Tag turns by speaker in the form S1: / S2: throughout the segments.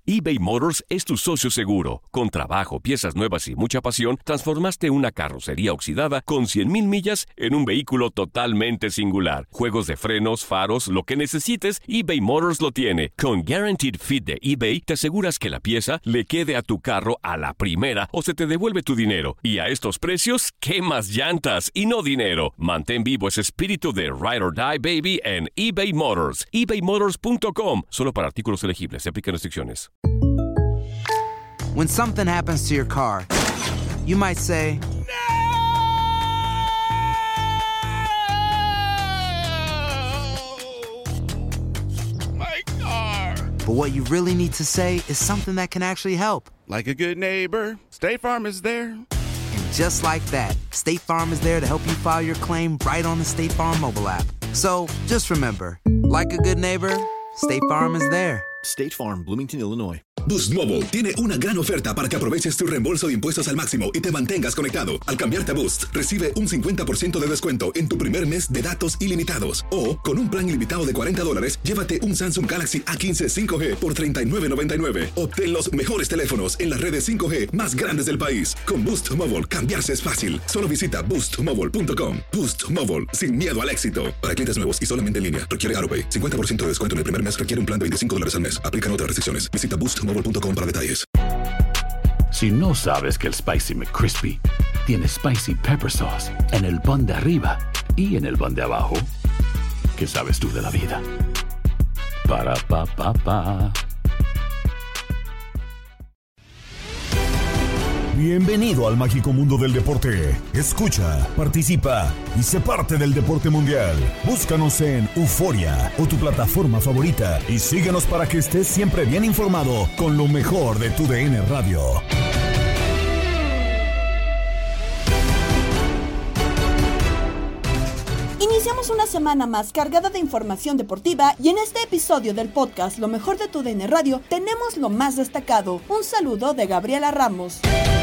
S1: eBay Motors es tu socio seguro. Con trabajo, piezas nuevas y mucha pasión, transformaste una carrocería oxidada con 100,000 millas en un vehículo totalmente singular. Juegos de frenos, faros, lo que necesites, eBay Motors lo tiene. Con Guaranteed Fit de eBay, te aseguras que la pieza le quede a tu carro a la primera o se te devuelve tu dinero. Y a estos precios, ¿qué más llantas y no dinero? Mantén vivo ese espíritu de Ride or Die, baby, en eBay Motors. ebaymotors.com. Solo para artículos elegibles. Se aplican restricciones.
S2: When something happens to your car, you might say,
S3: My car!
S2: but what you really need to say is something that can actually help.
S3: Like a good neighbor, State Farm is there.
S2: And just like that, State Farm is there to help you file your claim right on the State Farm mobile app. So just remember, like a good neighbor, State Farm is there.
S4: State Farm, Bloomington, Illinois.
S5: Boost Mobile tiene una gran oferta para que aproveches tu reembolso de impuestos al máximo y te mantengas conectado. Al cambiarte a Boost, recibe un 50% de descuento en tu primer mes de datos ilimitados. O, con un plan ilimitado de $40, llévate un Samsung Galaxy A15 5G por $39.99. Obtén los mejores teléfonos en las redes 5G más grandes del país. Con Boost Mobile, cambiarse es fácil. Solo visita boostmobile.com. Boost Mobile, sin miedo al éxito. Para clientes nuevos y solamente en línea, requiere AutoPay. 50% de descuento en el primer mes requiere un plan de $25 al mes. Aplican otras restricciones. Visita boostmobile.com para detalles.
S6: Si no sabes que el Spicy McCrispy tiene Spicy Pepper Sauce en el pan de arriba y en el pan de abajo, ¿qué sabes tú de la vida? Para, pa, pa, pa.
S7: Bienvenido al mágico mundo del deporte. Escucha, participa y sé parte del deporte mundial. Búscanos en Euforia o tu plataforma favorita y síguenos para que estés siempre bien informado con lo mejor de tu DN Radio.
S8: Iniciamos una semana más cargada de información deportiva y en este episodio del podcast Lo mejor de tu DN Radio tenemos lo más destacado. Un saludo de Gabriela Ramos.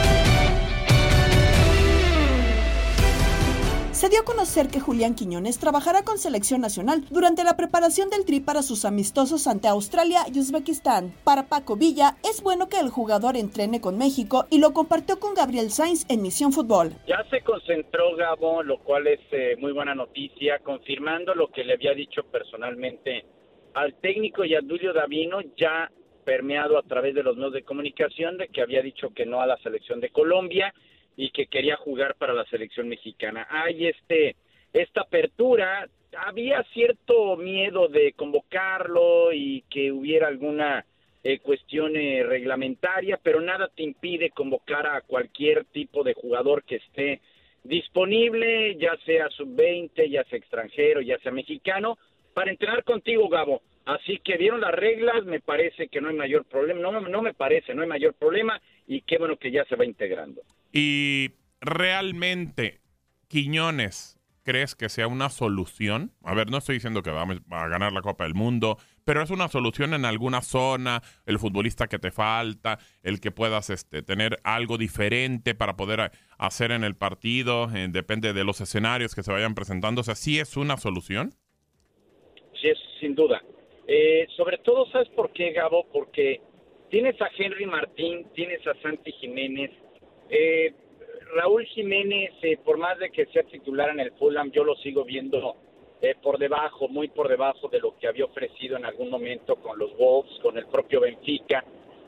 S8: Se dio a conocer que Julián Quiñones trabajará con selección nacional durante la preparación del Tri para sus amistosos ante Australia y Uzbekistán. Para Paco Villa, es bueno que el jugador entrene con México y lo compartió con Gabriel Sainz en Misión Fútbol.
S9: Ya se concentró Gabo, lo cual es muy buena noticia, confirmando lo que le había dicho personalmente al técnico y a Duilio Davino, ya permeado a través de los medios de comunicación, de que había dicho que no a la selección de Colombia y que quería jugar para la selección mexicana. Hay esta apertura, había cierto miedo de convocarlo y que hubiera alguna cuestión reglamentaria, pero nada te impide convocar a cualquier tipo de jugador que esté disponible, ya sea sub-20, ya sea extranjero, ya sea mexicano, para entrenar contigo, Gabo. Así que vieron las reglas, me parece que no hay mayor problema, no hay mayor problema, y qué bueno que ya se va integrando.
S10: Y realmente, Quiñones, ¿crees que sea una solución? A ver, no estoy diciendo que vamos a ganar la Copa del Mundo, pero es una solución en alguna zona, el futbolista que te falta, el que puedas tener algo diferente para poder hacer en el partido, depende de los escenarios que se vayan presentando. O sea, ¿sí es una solución?
S9: Sí, es sin duda. Sobre todo, ¿sabes por qué, Gabo? Porque tienes a Henry Martín, tienes a Santi Jiménez. Raúl Jiménez, por más de que sea titular en el Fulham, yo lo sigo viendo muy por debajo de lo que había ofrecido en algún momento con los Wolves, con el propio Benfica.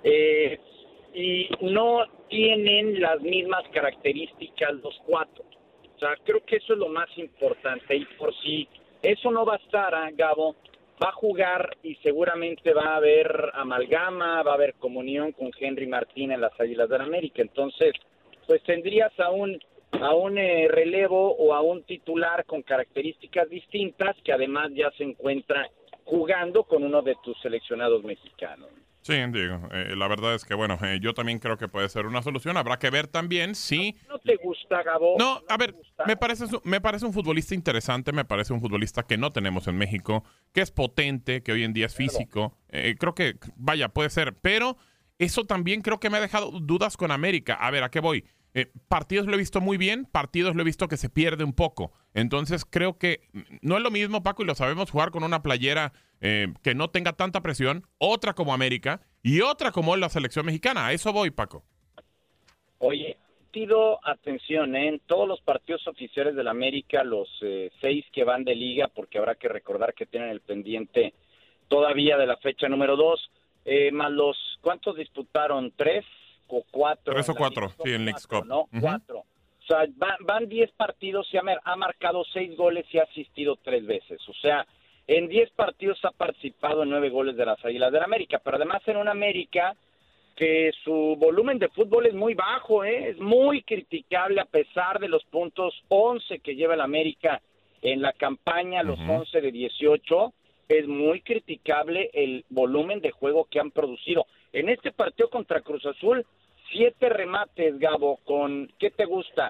S9: Y no tienen las mismas características los cuatro. O sea, creo que eso es lo más importante. Y por si eso no bastara, Gabo, va a jugar y seguramente va a haber amalgama, va a haber comunión con Henry Martín en las Águilas del América. Entonces, pues tendrías a un relevo o a un titular con características distintas que además ya se encuentra jugando con uno de tus seleccionados mexicanos.
S10: Sí, digo, la verdad es que, bueno, yo también creo que puede ser una solución. Habrá que ver también si...
S9: ¿No te gusta, Gabo?
S10: No, a ver, me parece un futbolista interesante, me parece un futbolista que no tenemos en México, que es potente, que hoy en día es físico. Creo que, vaya, puede ser, pero eso también creo que me ha dejado dudas con América. A ver, ¿a qué voy? Partidos lo he visto muy bien, partidos lo he visto que se pierde un poco. Entonces creo que no es lo mismo, Paco, y lo sabemos, jugar con una playera que no tenga tanta presión, otra como América, y otra como es la selección mexicana. A eso voy, Paco.
S9: Oye, pido atención, en todos los partidos oficiales de la América, los 6 que van de liga, porque habrá que recordar que tienen el pendiente todavía de la fecha número 2, más los, ¿cuántos disputaron? 3 o 4.
S10: 3 o 4, sí, en Leagues Cup.
S9: ¿No? 4. O sea, van 10 partidos y ha marcado 6 goles y ha asistido 3 veces. O sea, en 10 partidos ha participado en 9 goles de las Águilas del la América. Pero además en una América que su volumen de fútbol es muy bajo, es muy criticable a pesar de los puntos 11 que lleva el América en la campaña, los 11 de 18. Es muy criticable el volumen de juego que han producido. En este partido contra Cruz Azul, 7 remates, Gabo, con, ¿qué te gusta?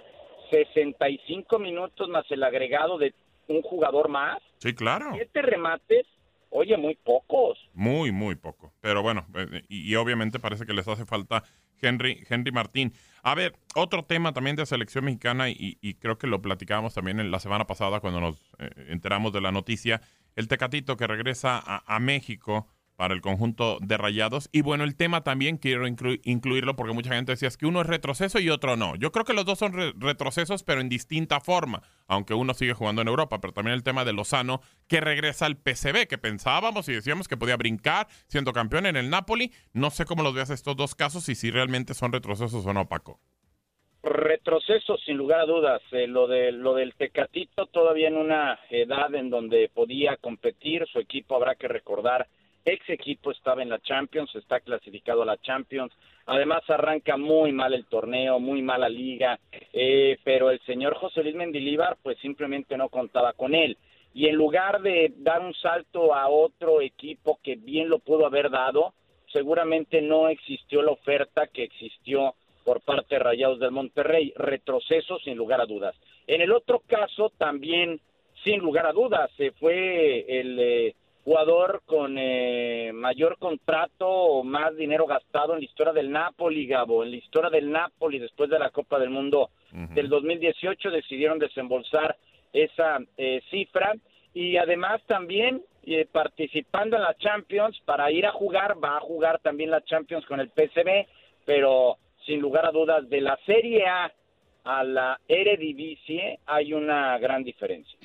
S9: 65 minutos más el agregado de un jugador más.
S10: Sí, claro.
S9: 7 remates, oye, muy pocos.
S10: Muy, muy poco. Pero bueno, y obviamente parece que les hace falta Henry Martín. A ver, otro tema también de selección mexicana, y creo que lo platicábamos también en la semana pasada cuando nos enteramos de la noticia, el Tecatito que regresa a México para el conjunto de Rayados. Y bueno, el tema también quiero incluirlo porque mucha gente decía es que uno es retroceso y otro no. Yo creo que los dos son retrocesos, pero en distinta forma, aunque uno sigue jugando en Europa. Pero también el tema de Lozano, que regresa al PSV, que pensábamos y decíamos que podía brincar siendo campeón en el Napoli. No sé cómo los veas estos dos casos y si realmente son retrocesos o no, Paco.
S9: Retroceso, sin lugar a dudas. Lo del Tecatito todavía en una edad en donde podía competir. Su equipo, habrá que recordar, ex equipo estaba en la Champions, está clasificado a la Champions. Además arranca muy mal el torneo, muy mala liga, pero el señor José Luis Mendilibar pues simplemente no contaba con él. Y en lugar de dar un salto a otro equipo que bien lo pudo haber dado, seguramente no existió la oferta que existió por parte de Rayados del Monterrey. Retroceso sin lugar a dudas. En el otro caso también, sin lugar a dudas, se fue el jugador con mayor contrato o más dinero gastado en la historia del Napoli, Gabo. En la historia del Napoli, después de la Copa del Mundo del 2018, decidieron desembolsar esa cifra. Y además también participando en la Champions, para ir a jugar, va a jugar también la Champions con el PSV, pero sin lugar a dudas, de la Serie A a la Eredivisie hay una gran diferencia.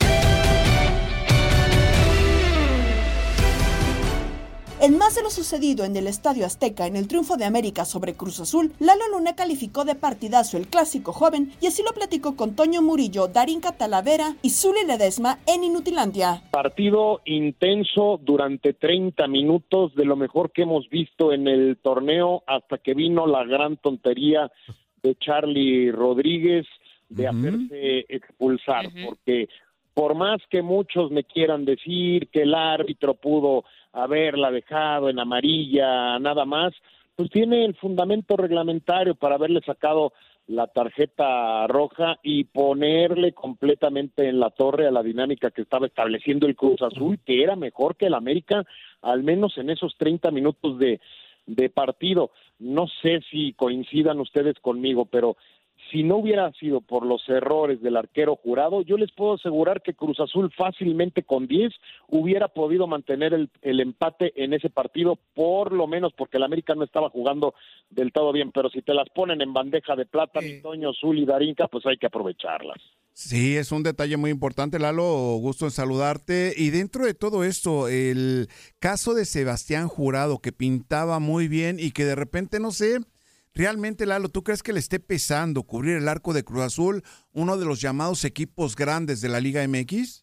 S8: En más de lo sucedido en el Estadio Azteca en el triunfo de América sobre Cruz Azul, Lalo Luna calificó de partidazo el clásico joven y así lo platicó con Toño Murillo, Darinka Talavera y Zuli Ledesma en Inutilandia.
S11: Partido intenso durante 30 minutos, de lo mejor que hemos visto en el torneo, hasta que vino la gran tontería de Charlie Rodríguez de hacerse expulsar, porque por más que muchos me quieran decir que el árbitro pudo haberla dejado en amarilla, nada más, pues tiene el fundamento reglamentario para haberle sacado la tarjeta roja y ponerle completamente en la torre a la dinámica que estaba estableciendo el Cruz Azul, que era mejor que el América, al menos en esos 30 minutos de partido. No sé si coincidan ustedes conmigo, pero si no hubiera sido por los errores del arquero Jurado, yo les puedo asegurar que Cruz Azul fácilmente con 10 hubiera podido mantener el empate en ese partido, por lo menos porque el América no estaba jugando del todo bien, pero si te las ponen en bandeja de plata, mi Toño, Zul y Darinka, pues hay que aprovecharlas.
S12: Sí, es un detalle muy importante, Lalo, gusto en saludarte. Y dentro de todo esto, el caso de Sebastián Jurado, que pintaba muy bien y que de repente, no sé, realmente, Lalo, ¿tú crees que le esté pesando cubrir el arco de Cruz Azul, uno de los llamados equipos grandes de la Liga MX?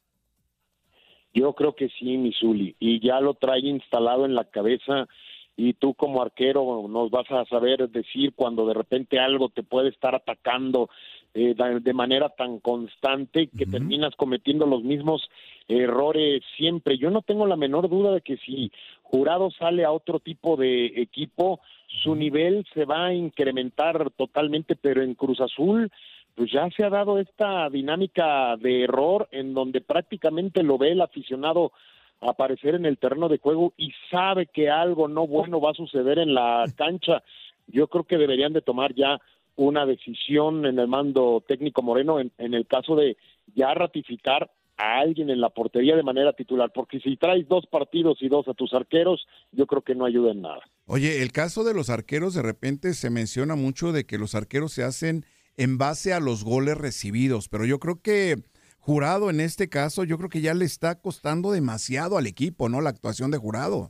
S11: Yo creo que sí, mi Zuli, y ya lo trae instalado en la cabeza, y tú como arquero nos vas a saber decir cuando de repente algo te puede estar atacando de manera tan constante que terminas cometiendo los mismos errores siempre. Yo no tengo la menor duda de que si Jurado sale a otro tipo de equipo, su nivel se va a incrementar totalmente, pero en Cruz Azul pues ya se ha dado esta dinámica de error en donde prácticamente lo ve el aficionado aparecer en el terreno de juego y sabe que algo no bueno va a suceder en la cancha. Yo creo que deberían de tomar ya una decisión en el mando técnico Moreno en el caso de ya ratificar a alguien en la portería de manera titular, porque si traes 2 partidos y 2 a tus arqueros, yo creo que no ayuda en nada.
S12: Oye, el caso de los arqueros, de repente se menciona mucho de que los arqueros se hacen en base a los goles recibidos, pero yo creo que Jurado en este caso, yo creo que ya le está costando demasiado al equipo, ¿no? La actuación de Jurado.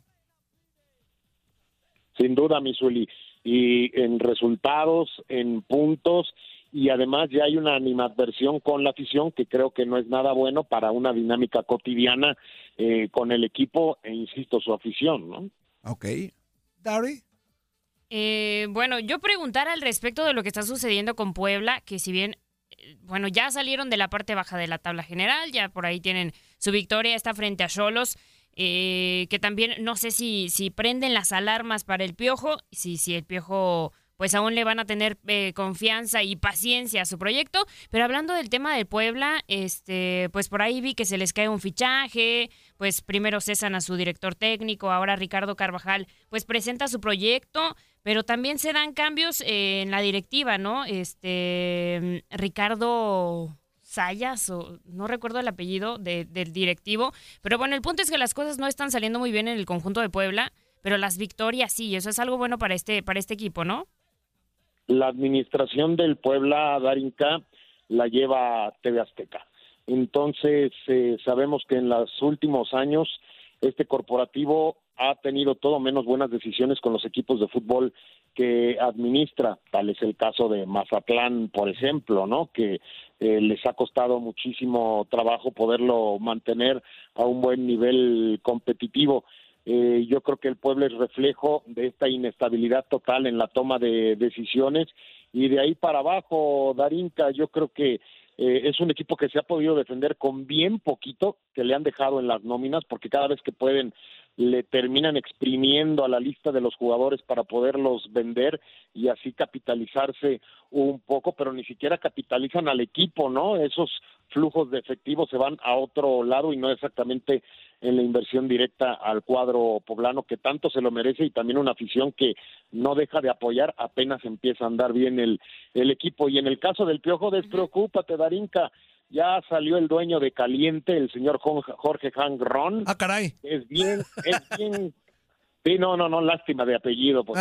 S11: Sin duda, Misuli, y en resultados, en puntos, y además ya hay una animadversión con la afición que creo que no es nada bueno para una dinámica cotidiana con el equipo e, insisto, su afición, ¿no?
S12: Ok.
S13: ¿Dari?
S14: Bueno, yo preguntar al respecto de lo que está sucediendo con Puebla, que si bien, bueno, ya salieron de la parte baja de la tabla general, ya por ahí tienen su victoria, está frente a Xolos, que también no sé si prenden las alarmas para el Piojo, si el Piojo pues aún le van a tener confianza y paciencia a su proyecto, pero hablando del tema del Puebla, pues por ahí vi que se les cae un fichaje, pues primero cesan a su director técnico, ahora Ricardo Carvajal pues presenta su proyecto, pero también se dan cambios en la directiva, ¿no? Ricardo Sayas, o no recuerdo el apellido del directivo, pero bueno, el punto es que las cosas no están saliendo muy bien en el conjunto de Puebla, pero las victorias sí, eso es algo bueno para este equipo, ¿no?
S11: La administración del Puebla, Darinka, la lleva TV Azteca. Entonces, sabemos que en los últimos años este corporativo ha tenido todo menos buenas decisiones con los equipos de fútbol que administra. Tal es el caso de Mazatlán, por ejemplo, ¿no? Que les ha costado muchísimo trabajo poderlo mantener a un buen nivel competitivo. Yo creo que el Puebla es reflejo de esta inestabilidad total en la toma de decisiones, y de ahí para abajo, Darinka, yo creo que es un equipo que se ha podido defender con bien poquito que le han dejado en las nóminas, porque cada vez que pueden le terminan exprimiendo a la lista de los jugadores para poderlos vender y así capitalizarse un poco, pero ni siquiera capitalizan al equipo, ¿no? Esos flujos de efectivo se van a otro lado y no exactamente en la inversión directa al cuadro poblano, que tanto se lo merece, y también una afición que no deja de apoyar apenas empieza a andar bien el equipo. Y en el caso del Piojo, despreocúpate, Darinka, ya salió el dueño de Caliente, el señor Jorge Hangron.
S13: Ah, caray.
S11: Es bien, sí, no, lástima de apellido, porque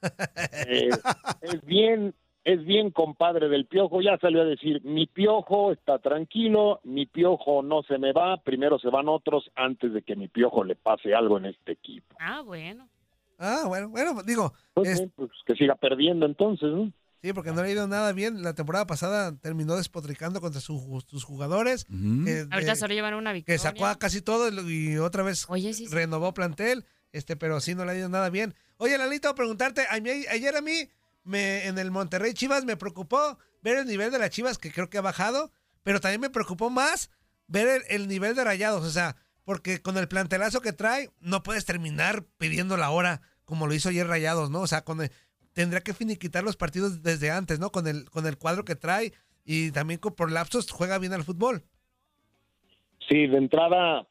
S11: es bien compadre del Piojo, ya salió a decir, mi Piojo está tranquilo, mi Piojo no se me va, primero se van otros antes de que mi Piojo le pase algo en este equipo.
S14: Bueno,
S13: digo...
S11: Pues que siga perdiendo entonces, ¿no?
S13: Sí, porque no le ha ido nada bien. La temporada pasada terminó despotricando contra sus jugadores.
S14: Ahorita solo llevan una victoria.
S13: Que sacó a casi todo y otra vez
S14: sí.
S13: renovó plantel, pero sí no le ha ido nada bien. Oye, Lalito, preguntarte, ayer a mí en el Monterrey Chivas me preocupó ver el nivel de las Chivas, que creo que ha bajado, pero también me preocupó más ver el nivel de Rayados, o sea, porque con el plantelazo que trae no puedes terminar pidiendo la hora como lo hizo ayer Rayados, ¿no? O sea, tendría que finiquitar los partidos desde antes, ¿no? Con el cuadro que trae, y también por lapsos juega bien al fútbol.
S11: Sí, de entrada,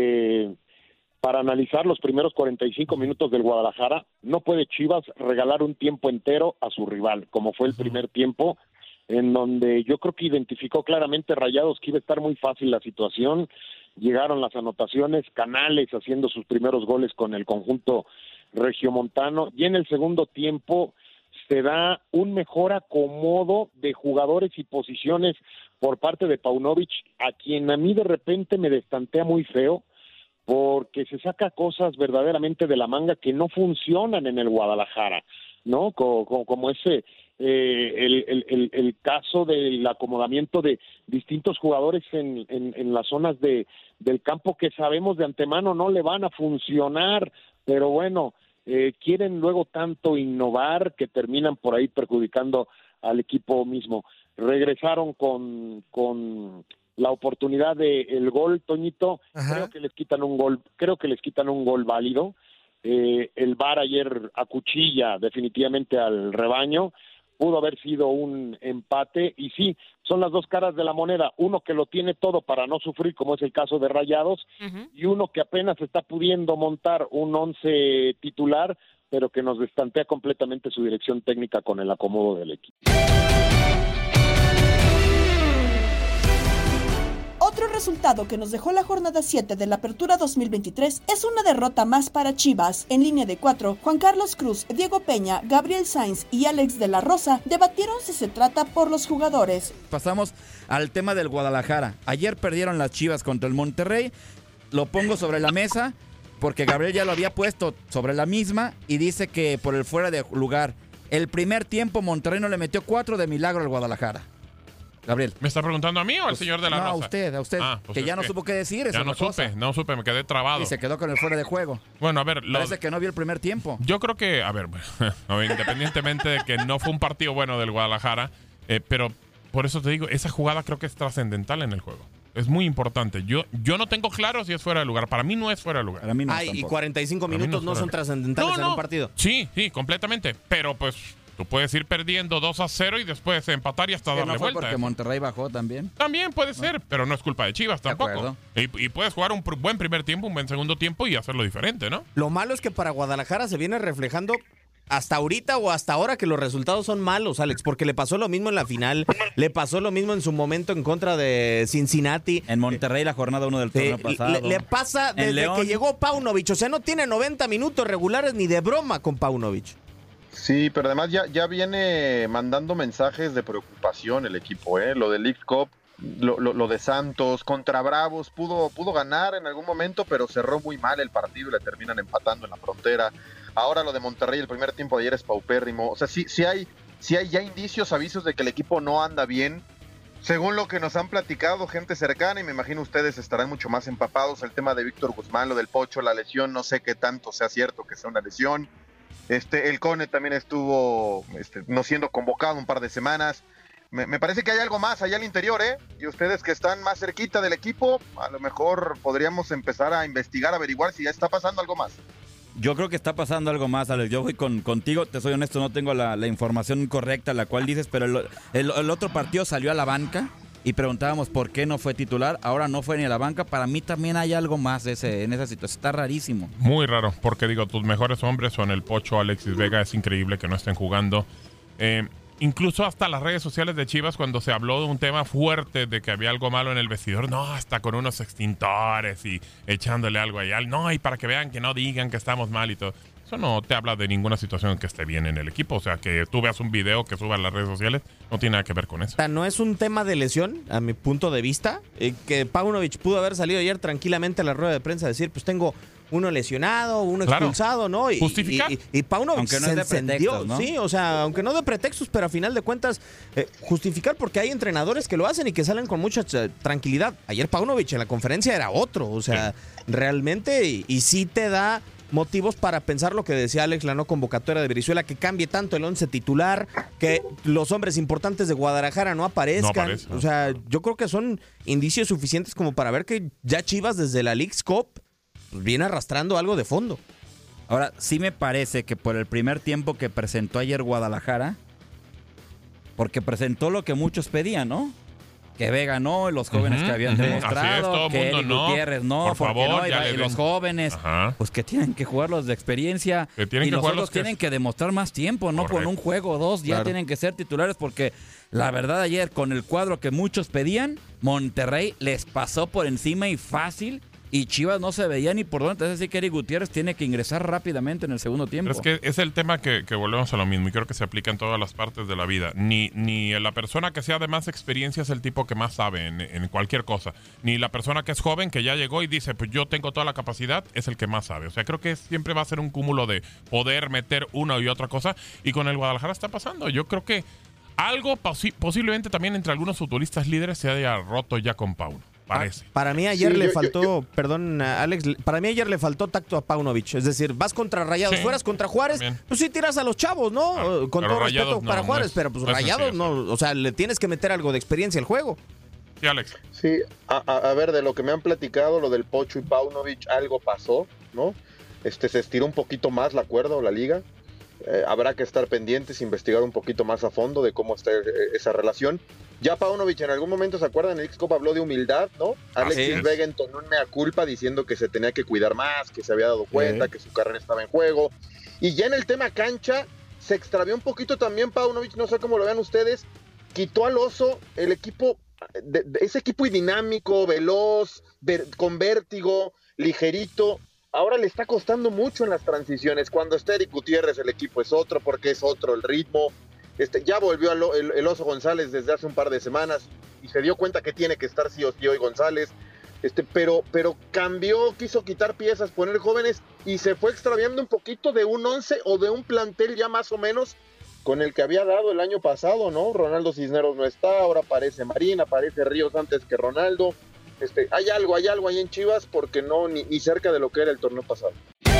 S11: para analizar los primeros 45 minutos del Guadalajara, no puede Chivas regalar un tiempo entero a su rival, como fue el primer tiempo, en donde yo creo que identificó claramente Rayados que iba a estar muy fácil la situación. Llegaron las anotaciones, Canales haciendo sus primeros goles con el conjunto regiomontano, y en el segundo tiempo se da un mejor acomodo de jugadores y posiciones por parte de Paunovic, a quien a mí de repente me destantea muy feo, porque se saca cosas verdaderamente de la manga que no funcionan en el Guadalajara, ¿no? Como ese el caso del acomodamiento de distintos jugadores en las zonas del campo que sabemos de antemano no le van a funcionar, pero bueno, quieren luego tanto innovar que terminan por ahí perjudicando al equipo mismo. Regresaron con la oportunidad del gol, Toñito. Ajá. Creo que les quitan un gol válido. El VAR ayer acuchilla definitivamente al rebaño. Pudo haber sido un empate, y sí, son las dos caras de la moneda, uno que lo tiene todo para no sufrir, como es el caso de Rayados, y uno que apenas está pudiendo montar un 11 titular, pero que nos destantea completamente su dirección técnica con el acomodo del equipo.
S8: Otro resultado que nos dejó la jornada 7 de la Apertura 2023 es una derrota más para Chivas. En línea de 4, Juan Carlos Cruz, Diego Peña, Gabriel Sainz y Alex de la Rosa debatieron si se trata por los jugadores.
S15: Pasamos al tema del Guadalajara. Ayer perdieron las Chivas contra el Monterrey. Lo pongo sobre la mesa porque Gabriel ya lo había puesto sobre la misma y dice que por el fuera de lugar. El primer tiempo Monterrey no le metió 4 de milagro al Guadalajara. Gabriel.
S10: ¿Me está preguntando a mí o al señor de la Rosa?
S15: No, a usted.
S10: Pues
S15: que ya no supo qué decir.
S10: Ya no supe, me quedé trabado.
S15: Y se quedó con el fuera de juego.
S10: Bueno, a ver.
S15: Parece que no vio el primer tiempo.
S10: Yo creo que, independientemente de que no fue un partido bueno del Guadalajara, pero por eso te digo, esa jugada creo que es trascendental en el juego. Es muy importante. Yo no tengo claro si es fuera de lugar. Para mí no es fuera de lugar.
S15: Para mí no.
S16: Y 45 minutos no son trascendentales en un partido.
S10: Sí, completamente. Pero pues tú puedes ir perdiendo 2-0 y después empatar y hasta darle
S15: no fue
S10: vuelta.
S15: Porque Monterrey bajó también.
S10: También puede ser, pero no es culpa de Chivas tampoco. Y puedes jugar un buen primer tiempo, un buen segundo tiempo y hacerlo diferente, ¿no?
S16: Lo malo es que para Guadalajara se viene reflejando hasta ahorita o hasta ahora que los resultados son malos, Alex, porque le pasó lo mismo en la final, le pasó lo mismo en su momento en contra de Cincinnati.
S15: En Monterrey la jornada 1 del torneo pasado.
S16: Le pasa desde que llegó Paunovic, o sea, no tiene 90 minutos regulares ni de broma con Paunovic.
S17: Sí, pero además ya viene mandando mensajes de preocupación el equipo, lo del League Cup, lo de Santos contra Bravos, pudo ganar en algún momento, pero cerró muy mal el partido y le terminan empatando en la frontera. Ahora lo de Monterrey, el primer tiempo de ayer es paupérrimo. O sea, sí hay ya indicios, avisos de que el equipo no anda bien. Según lo que nos han platicado gente cercana, y me imagino ustedes estarán mucho más empapados, el tema de Víctor Guzmán, lo del Pocho, la lesión, no sé qué tanto sea cierto que sea una lesión. El Cone también estuvo no siendo convocado un par de semanas. Me parece que hay algo más allá al interior, y ustedes que están más cerquita del equipo, a lo mejor podríamos empezar a investigar, averiguar si ya está pasando algo más.
S15: Yo creo que está pasando algo más, Alex. Yo voy contigo, te soy honesto, no tengo la información correcta, la cual dices, pero el otro partido salió a la banca y preguntábamos por qué no fue titular, ahora no fue ni a la banca. Para mí también hay algo más en esa situación, está rarísimo.
S10: Muy raro, porque digo, tus mejores hombres son el Pocho, Alexis Vega, es increíble que no estén jugando. Incluso hasta las redes sociales de Chivas, cuando se habló de un tema fuerte de que había algo malo en el vestidor, no, hasta con unos extintores y echándole algo allá, no, y para que vean que no digan que estamos mal y todo. Eso no te habla de ninguna situación que esté bien en el equipo. O sea, que tú veas un video que suba a las redes sociales, no tiene nada que ver con eso.
S16: No es un tema de lesión, a mi punto de vista, que Paunovic pudo haber salido ayer tranquilamente a la rueda de prensa a decir, pues tengo uno lesionado, uno expulsado, ¿no?
S10: Justificar.
S16: Y Paunovic
S15: aunque no
S16: se
S15: es de
S16: encendió,
S15: pretextos, ¿no?
S16: Sí, o sea, aunque no de pretextos, pero a final de cuentas, justificar porque hay entrenadores que lo hacen y que salen con mucha tranquilidad. Ayer Paunovic en la conferencia era otro, o sea, realmente, y sí te da motivos para pensar lo que decía Alex, la no convocatoria de Brizuela, que cambie tanto el 11 titular, que los hombres importantes de Guadalajara no aparezcan. O sea, yo creo que son indicios suficientes como para ver que ya Chivas desde la Leagues Cup pues viene arrastrando algo de fondo.
S15: Ahora, sí me parece que por el primer tiempo que presentó ayer Guadalajara, porque presentó lo que muchos pedían, ¿no? Que Vega no, los jóvenes que habían demostrado, que Eric Gutiérrez no,
S10: por favor,
S15: no, y los jóvenes, pues que tienen que jugar los de experiencia, y los otros tienen que demostrar más tiempo, no con un juego o dos, ya tienen que ser titulares, porque la verdad ayer con el cuadro que muchos pedían, Monterrey les pasó por encima y fácil, y Chivas no se veía ni por dónde. Entonces sí que Eric Gutiérrez tiene que ingresar rápidamente en el segundo tiempo.
S10: Pero es que es el tema que volvemos a lo mismo y creo que se aplica en todas las partes de la vida. Ni la persona que sea de más experiencia es el tipo que más sabe en cualquier cosa. Ni la persona que es joven, que ya llegó y dice, pues yo tengo toda la capacidad, es el que más sabe. O sea, creo que siempre va a ser un cúmulo de poder meter una y otra cosa. Y con el Guadalajara está pasando. Yo creo que algo posiblemente también entre algunos futbolistas líderes se haya roto ya con Pauno. Parece.
S16: Para mí ayer le faltó, perdón Alex, para mí ayer le faltó tacto a Paunovic. Es decir, vas contra Rayados, fueras contra Juárez, pues sí tiras a los chavos, ¿no? Con todo respeto para Juárez, pero pues Rayados no, o sea, le tienes que meter algo de experiencia al juego.
S10: Sí, Alex.
S17: Sí, a ver, de lo que me han platicado, lo del Pocho y Paunovic, algo pasó, ¿no? Se estiró un poquito más la cuerda o la liga. Habrá que estar pendientes, investigar un poquito más a fondo de cómo está esa relación. Ya Paunovic en algún momento, ¿se acuerdan? El X-Cop habló de humildad, ¿no? Alexis Vega entonó un mea culpa diciendo que se tenía que cuidar más, que se había dado cuenta, que su carrera estaba en juego. Y ya en el tema cancha, se extravió un poquito también Paunovic, no sé cómo lo vean ustedes, quitó al Oso, el equipo ese equipo dinámico, veloz, con vértigo, ligerito. Ahora le está costando mucho en las transiciones. Cuando está Eric Gutiérrez, el equipo es otro, porque es otro el ritmo. Ya volvió el Oso González desde hace un par de semanas y se dio cuenta que tiene que estar sí o sí hoy González. Pero cambió, quiso quitar piezas, poner jóvenes y se fue extraviando un poquito de un 11 o de un plantel ya más o menos con el que había dado el año pasado, ¿no? Ronaldo Cisneros no está, ahora aparece Marín, aparece Ríos antes que Ronaldo. Hay algo ahí en Chivas porque no, ni cerca de lo que era el torneo pasado.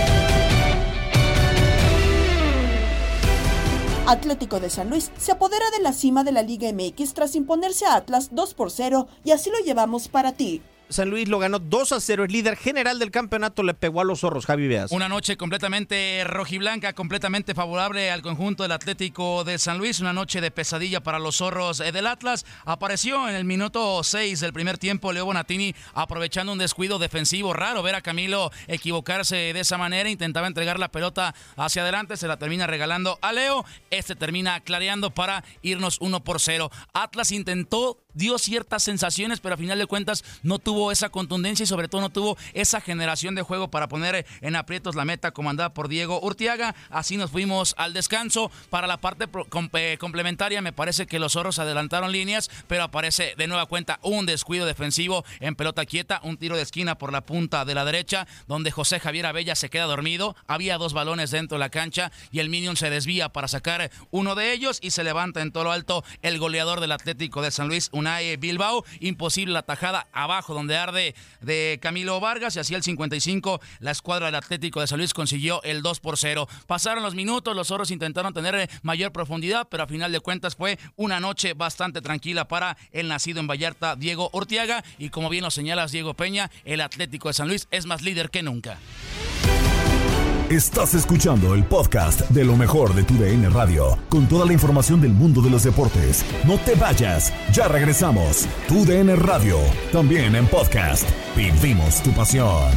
S8: Atlético de San Luis se apodera de la cima de la Liga MX tras imponerse a Atlas 2-0 y así lo llevamos para ti.
S16: San Luis lo ganó 2-0, el líder general del campeonato le pegó a los zorros, Javi Beas.
S18: Una noche completamente rojiblanca, completamente favorable al conjunto del Atlético de San Luis, una noche de pesadilla para los zorros del Atlas. Apareció en el minuto 6 del primer tiempo Leo Bonatini aprovechando un descuido defensivo. Raro ver a Camilo equivocarse de esa manera, intentaba entregar la pelota hacia adelante, se la termina regalando a Leo, termina clareando para irnos 1-0. Atlas intentó, dio ciertas sensaciones, pero a final de cuentas no tuvo esa contundencia y sobre todo no tuvo esa generación de juego para poner en aprietos la meta comandada por Diego Urteaga. Así nos fuimos al descanso. Para la parte complementaria me parece que los zorros adelantaron líneas, pero aparece de nueva cuenta un descuido defensivo en pelota quieta, un tiro de esquina por la punta de la derecha, donde José Javier Abella se queda dormido. Había 2 balones dentro de la cancha y el Minion se desvía para sacar uno de ellos y se levanta en todo lo alto el goleador del Atlético de San Luis, Unai Bilbao. Imposible la tajada abajo donde arde de Camilo Vargas y así el 55 la escuadra del Atlético de San Luis consiguió el 2-0. Pasaron los minutos, los zorros intentaron tener mayor profundidad, pero a final de cuentas fue una noche bastante tranquila para el nacido en Vallarta Diego Urteaga y como bien lo señalas Diego Peña, el Atlético de San Luis es más líder que nunca.
S7: Estás escuchando el podcast de lo mejor de TUDN Radio, con toda la información del mundo de los deportes. No te vayas, ya regresamos. TUDN Radio, también en podcast. Vivimos tu pasión.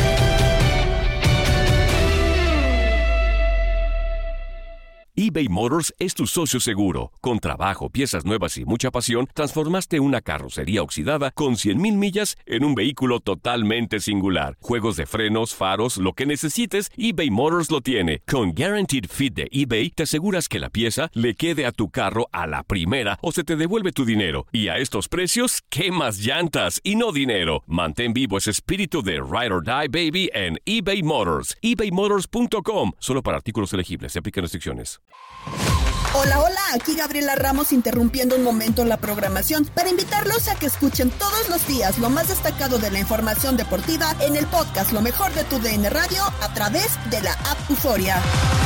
S1: eBay Motors es tu socio seguro. Con trabajo, piezas nuevas y mucha pasión, transformaste una carrocería oxidada con 100,000 millas en un vehículo totalmente singular. Juegos de frenos, faros, lo que necesites, eBay Motors lo tiene. Con Guaranteed Fit de eBay, te aseguras que la pieza le quede a tu carro a la primera o se te devuelve tu dinero. Y a estos precios, ¿qué más llantas y no dinero? Mantén vivo ese espíritu de Ride or Die, baby, en eBay Motors. ebaymotors.com. Solo para artículos elegibles. Se aplican restricciones.
S8: Hola, aquí Gabriela Ramos interrumpiendo un momento la programación para invitarlos a que escuchen todos los días lo más destacado de la información deportiva en el podcast Lo Mejor de TUDN Radio a través de la app Euforia.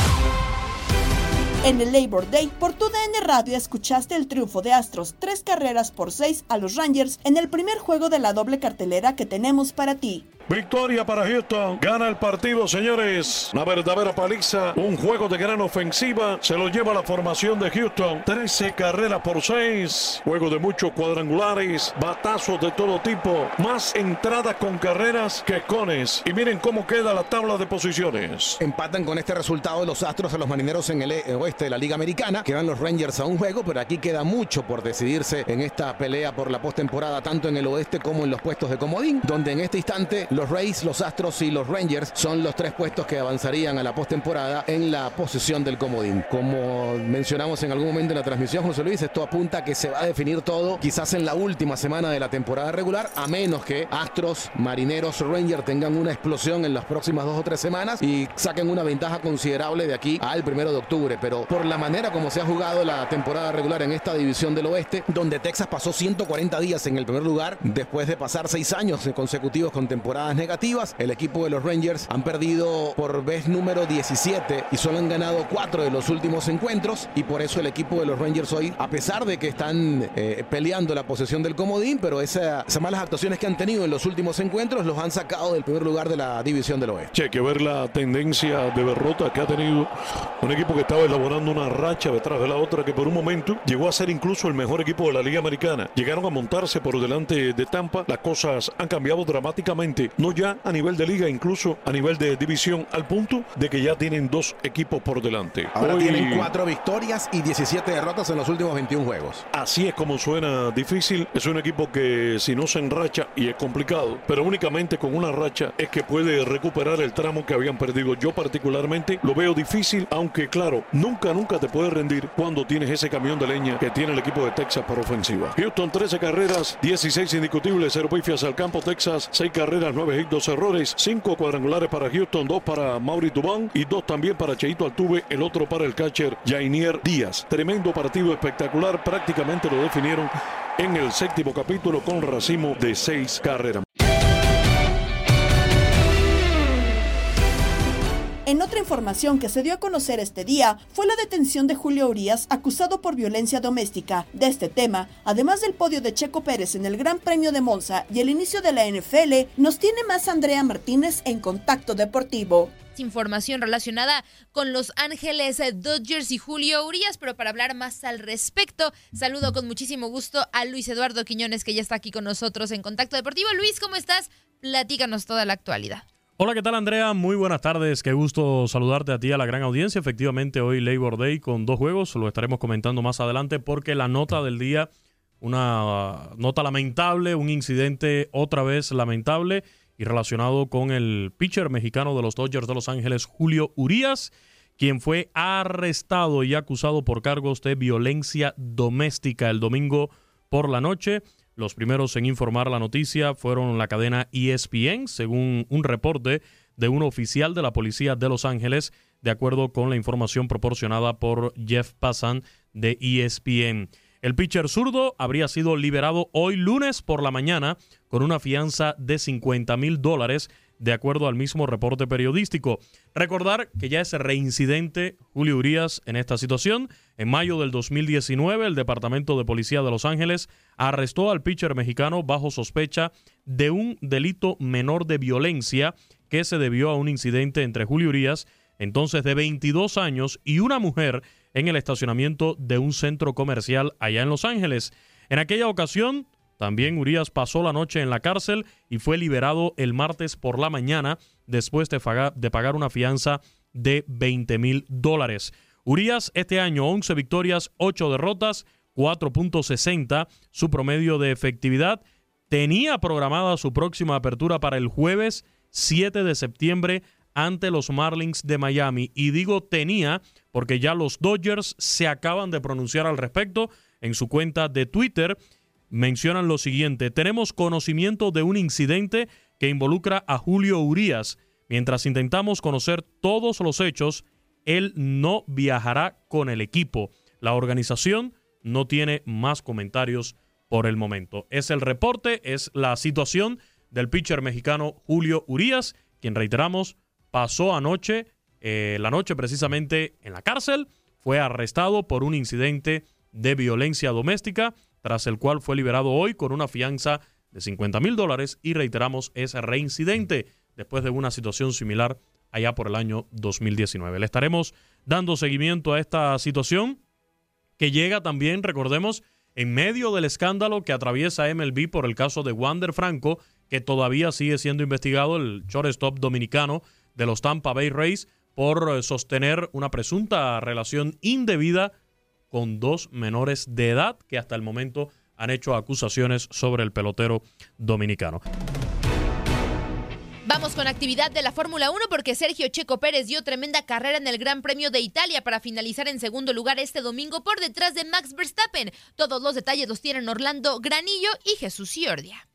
S8: En el Labor Day, por TUDN Radio escuchaste el triunfo de Astros 3-6 a los Rangers en el primer juego de la doble cartelera que tenemos para ti.
S19: Victoria para Houston, gana el partido, señores. Una verdadera paliza, un juego de gran ofensiva, se lo lleva la formación de Houston. 13-6, juego de muchos cuadrangulares, batazos de todo tipo, más entradas con carreras que cones. Y miren cómo queda la tabla de posiciones.
S20: Empatan con este resultado los Astros a los Marineros en el oeste de la Liga Americana. Quedan los Rangers a un juego, pero aquí queda mucho por decidirse en esta pelea por la postemporada, tanto en el oeste como en los puestos de comodín, donde en este instante los Rays, los Astros y los Rangers son los 3 puestos que avanzarían a la postemporada en la posición del comodín. Como mencionamos en algún momento en la transmisión, José Luis, esto apunta a que se va a definir todo quizás en la última semana de la temporada regular, a menos que Astros, Marineros, Rangers tengan una explosión en las próximas 2 o 3 semanas y saquen una ventaja considerable de aquí al 1 de octubre. Pero por la manera como se ha jugado la temporada regular en esta división del oeste, donde Texas pasó 140 días en el primer lugar después de pasar 6 años consecutivos con temporadas negativas, el equipo de los Rangers han perdido por vez número 17 y solo han ganado 4 de los últimos encuentros, y por eso el equipo de los Rangers hoy, a pesar de que están peleando la posesión del comodín, pero esas malas actuaciones que han tenido en los últimos encuentros los han sacado del primer lugar de la división del oeste.
S19: Che, que ver la tendencia de derrota que ha tenido un equipo que estaba elaborando una racha detrás de la otra, que por un momento llegó a ser incluso el mejor equipo de la Liga Americana. Llegaron a montarse por delante de Tampa, las cosas han cambiado dramáticamente no ya a nivel de liga, incluso a nivel de división, al punto de que ya tienen 2 equipos por delante.
S20: Ahora tienen 4 victorias y 17 derrotas en los últimos 21 juegos.
S19: Así es como suena difícil. Es un equipo que si no se enracha, y es complicado, pero únicamente con una racha es que puede recuperar el tramo que habían perdido. Yo particularmente lo veo difícil, aunque claro, nunca te puedes rendir cuando tienes ese camión de leña que tiene el equipo de Texas para ofensiva. Houston, 13 carreras, 16 indiscutibles, 0 pifias al campo. Texas, 6 carreras, 9 hits, 2 errores, 5 cuadrangulares para Houston, 2 para Mauri Dubán y 2 también para Cheito Altuve, el otro para el catcher Yainier Díaz. Tremendo partido espectacular, prácticamente lo definieron en el 7º capítulo con racimo de 6 carreras.
S8: En otra información que se dio a conocer este día fue la detención de Julio Urías, acusado por violencia doméstica. De este tema, además del podio de Checo Pérez en el Gran Premio de Monza y el inicio de la NFL, nos tiene más Andrea Martínez en Contacto Deportivo.
S21: Información relacionada con Los Ángeles Dodgers y Julio Urías, pero para hablar más al respecto, saludo con muchísimo gusto a Luis Eduardo Quiñones, que ya está aquí con nosotros en Contacto Deportivo. Luis, ¿cómo estás? Platícanos toda la actualidad.
S22: Hola, ¿qué tal, Andrea? Muy buenas tardes, qué gusto saludarte a ti, a la gran audiencia. Efectivamente, hoy Labor Day con 2 juegos, lo estaremos comentando más adelante porque la nota del día, una nota lamentable, un incidente otra vez lamentable y relacionado con el pitcher mexicano de los Dodgers de Los Ángeles, Julio Urías, quien fue arrestado y acusado por cargos de violencia doméstica el domingo por la noche. Los primeros en informar la noticia fueron la cadena ESPN, según un reporte de un oficial de la policía de Los Ángeles, de acuerdo con la información proporcionada por Jeff Passan de ESPN. El pitcher zurdo habría sido liberado hoy lunes por la mañana con una fianza de $50,000, de acuerdo al mismo reporte periodístico. Recordar que ya es reincidente Julio Urías en esta situación. En mayo del 2019, el Departamento de Policía de Los Ángeles arrestó al pitcher mexicano bajo sospecha de un delito menor de violencia que se debió a un incidente entre Julio Urías, entonces de 22 años, y una mujer en el estacionamiento de un centro comercial allá en Los Ángeles. En aquella ocasión, también Urías pasó la noche en la cárcel y fue liberado el martes por la mañana después de pagar una fianza de $20,000. Urías este año 11 victorias, 8 derrotas, 4.60 su promedio de efectividad. Tenía programada su próxima apertura para el jueves 7 de septiembre ante los Marlins de Miami. Y digo tenía porque ya los Dodgers se acaban de pronunciar al respecto. En su cuenta de Twitter mencionan lo siguiente: tenemos conocimiento de un incidente que involucra a Julio Urías. Mientras intentamos conocer todos los hechos, él no viajará con el equipo. La organización no tiene más comentarios por el momento. Es el reporte, es la situación del pitcher mexicano Julio Urías, quien, reiteramos, pasó anoche, la noche precisamente en la cárcel. Fue arrestado por un incidente de violencia doméstica, tras el cual fue liberado hoy con una fianza de $50,000 y, reiteramos, es reincidente después de una situación similar allá por el año 2019. Le estaremos dando seguimiento a esta situación que llega también, recordemos, en medio del escándalo que atraviesa MLB por el caso de Wander Franco, que todavía sigue siendo investigado, el shortstop dominicano de los Tampa Bay Rays, por sostener una presunta relación indebida con 2 menores de edad que hasta el momento han hecho acusaciones sobre el pelotero dominicano.
S21: Vamos con actividad de la Fórmula 1 porque Sergio Checo Pérez dio tremenda carrera en el Gran Premio de Italia para finalizar en segundo lugar este domingo por detrás de Max Verstappen. Todos los detalles los tienen Orlando Granillo y Jesús Ciordia.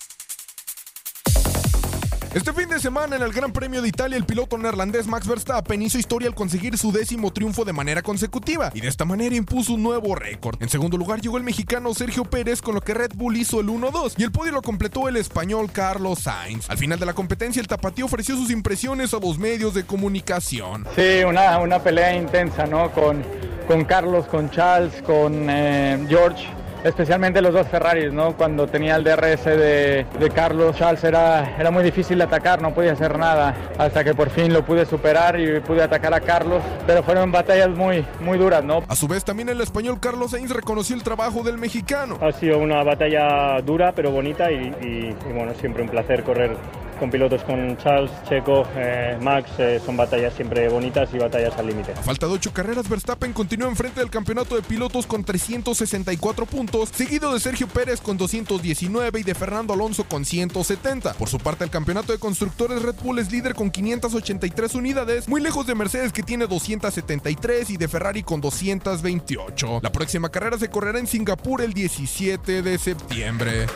S23: Este fin de semana en el Gran Premio de Italia, el piloto neerlandés Max Verstappen hizo historia al conseguir su 10º triunfo de manera consecutiva y de esta manera impuso un nuevo récord. En segundo lugar llegó el mexicano Sergio Pérez, con lo que Red Bull hizo el 1-2 y el podio lo completó el español Carlos Sainz. Al final de la competencia, el tapatío ofreció sus impresiones a los medios de comunicación.
S24: Sí, una pelea intensa, ¿no? Con Carlos, con Charles, con George. Especialmente los 2 Ferraris, ¿no? Cuando tenía el DRS de Carlos, Charles era muy difícil de atacar, no podía hacer nada, hasta que por fin lo pude superar y pude atacar a Carlos, pero fueron batallas muy duras, ¿no?
S23: A su vez, también el español Carlos Sainz reconoció el trabajo del mexicano.
S25: Ha sido una batalla dura, pero bonita y bueno, siempre un placer correr
S24: con pilotos con Charles, Checo, Max, son batallas siempre bonitas y batallas al límite.
S23: A falta de 8 carreras, Verstappen continúa enfrente del campeonato de pilotos con 364 puntos, seguido de Sergio Pérez con 219 y de Fernando Alonso con 170. Por su parte, el campeonato de constructores, Red Bull es líder con 583 unidades, muy lejos de Mercedes, que tiene 273, y de Ferrari con 228. La próxima carrera se correrá en Singapur el 17 de septiembre.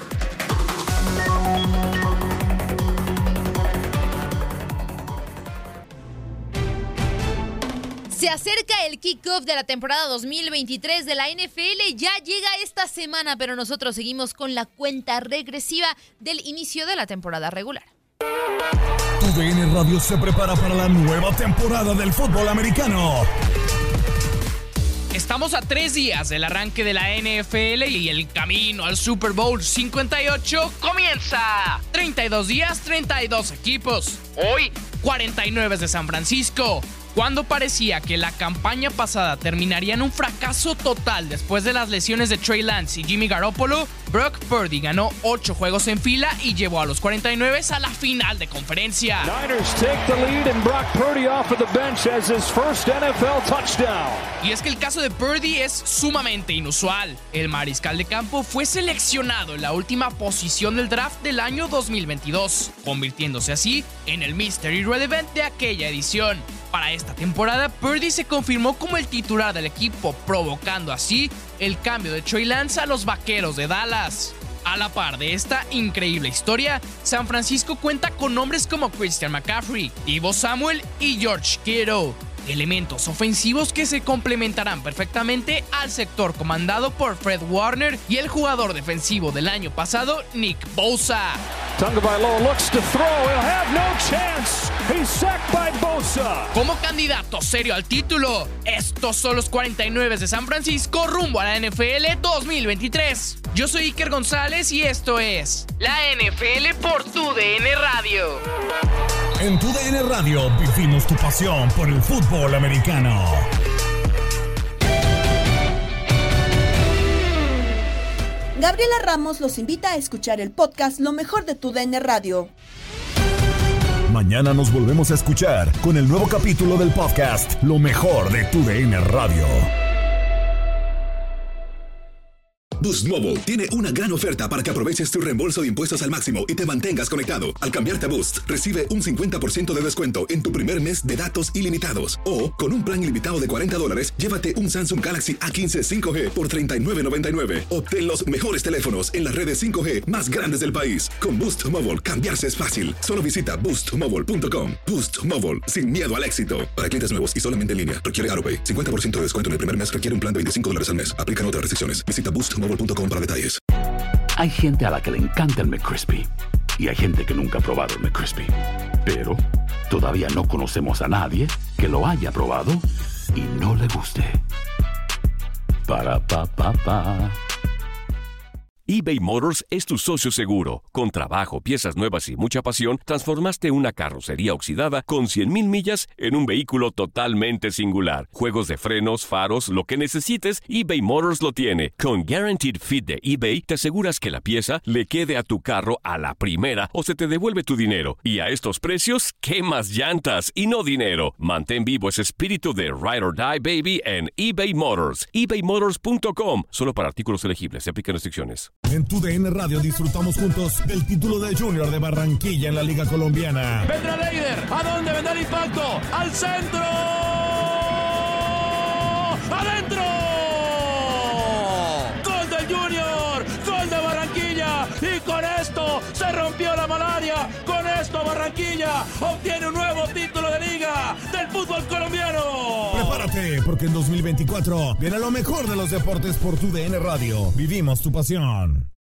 S21: Se acerca el kickoff de la temporada 2023 de la NFL, ya llega esta semana, pero nosotros seguimos con la cuenta regresiva del inicio de la temporada regular.
S7: TUDN Radio se prepara para la nueva temporada del fútbol americano.
S2: Estamos a 3 días del arranque de la NFL y el camino al Super Bowl 58 comienza. 32 días, 32 equipos. Hoy, 49 de San Francisco. Cuando parecía que la campaña pasada terminaría en un fracaso total después de las lesiones de Trey Lance y Jimmy Garoppolo, Brock Purdy ganó 8 juegos en fila y llevó a los 49 a la final de conferencia.
S19: Niners take the lead and Brock Purdy off of the bench as his first NFL touchdown.
S2: Y es que el caso de Purdy es sumamente inusual. El mariscal de campo fue seleccionado en la última posición del draft del año 2022, convirtiéndose así en el Mr. Irrelevant de aquella edición. Para esta temporada, Purdy se confirmó como el titular del equipo, provocando así el cambio de Trey Lance a los Vaqueros de Dallas. A la par de esta increíble historia, San Francisco cuenta con nombres como Christian McCaffrey, Deebo Samuel y George Kittle, elementos ofensivos que se complementarán perfectamente al sector comandado por Fred Warner y el jugador defensivo del año pasado, Nick Bosa.
S19: Tagovailoa looks to throw, he'll have no chance. He's sacked by Bosa.
S2: Como candidato serio al título, estos son los 49 de San Francisco rumbo a la NFL 2023. Yo soy Iker González y esto es la NFL por TUDN Radio.
S7: En TUDN Radio vivimos tu pasión por el fútbol americano.
S8: Gabriela Ramos los invita a escuchar el podcast Lo Mejor de TUDN Radio.
S7: Mañana nos volvemos a escuchar con el nuevo capítulo del podcast Lo Mejor de TUDN Radio.
S3: Boost Mobile tiene una gran oferta para que aproveches tu reembolso de impuestos al máximo y te mantengas conectado. Al cambiarte a Boost, recibe un 50% de descuento en tu primer mes de datos ilimitados. O, con un plan ilimitado de $40, llévate un Samsung Galaxy A15 5G por $39.99. Obtén los mejores teléfonos en las redes 5G más grandes del país. Con Boost Mobile, cambiarse es fácil. Solo visita boostmobile.com. Boost Mobile, sin miedo al éxito. Para clientes nuevos y solamente en línea, requiere AutoPay. 50% de descuento en el primer mes requiere un plan de $25 al mes. Aplican otras restricciones. Visita boostmobile.com para detalles.
S6: Hay gente a la que le encanta el McCrispy y hay gente que nunca ha probado el McCrispy. Pero todavía no conocemos a nadie que lo haya probado y no le guste. Para pa pa pa.
S1: eBay Motors es tu socio seguro. Con trabajo, piezas nuevas y mucha pasión, transformaste una carrocería oxidada con 100,000 millas en un vehículo totalmente singular. Juegos de frenos, faros, lo que necesites, eBay Motors lo tiene. Con Guaranteed Fit de eBay, te aseguras que la pieza le quede a tu carro a la primera o se te devuelve tu dinero. Y a estos precios, ¿qué más llantas y no dinero? Mantén vivo ese espíritu de Ride or Die, baby, en eBay Motors. ebaymotors.com. Solo para artículos elegibles. Se aplican restricciones.
S7: En TUDN Radio disfrutamos juntos del título de Junior de Barranquilla en la Liga Colombiana.
S4: Vendrá Leider. ¿A dónde vendrá el impacto? ¡Al centro! ¡Adentro! ¡Gol del Junior! ¡Gol de Barranquilla! Y con esto se rompió la malaria. Con esto Barranquilla obtiene un nuevo título de liga del fútbol colombiano.
S7: Prepárate, porque en 2024 viene lo mejor de los deportes por TUDN Radio. Vivimos tu pasión.